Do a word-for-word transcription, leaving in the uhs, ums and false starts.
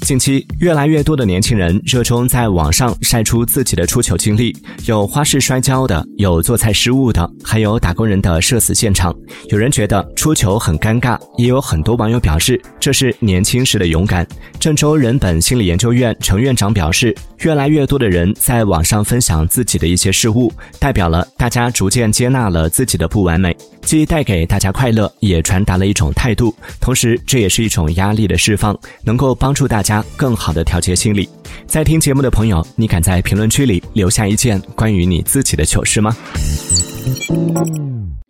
近期，越来越多的年轻人热衷在网上晒出自己的出糗经历，有花式摔跤的，有做菜失误的，还有打工人的社死现场。有人觉得出糗很尴尬，也有很多网友表示这是年轻时的勇敢。郑州人本心理研究院程院长表示，越来越多的人在网上分享自己的一些失误，代表了大家逐渐接纳了自己的不完美，既带给大家快乐，也传达了一种态度，同时这也是一种压力的释放，能够帮助大家更好地调节心理。在听节目的朋友，你敢在评论区里留下一件关于你自己的糗事吗？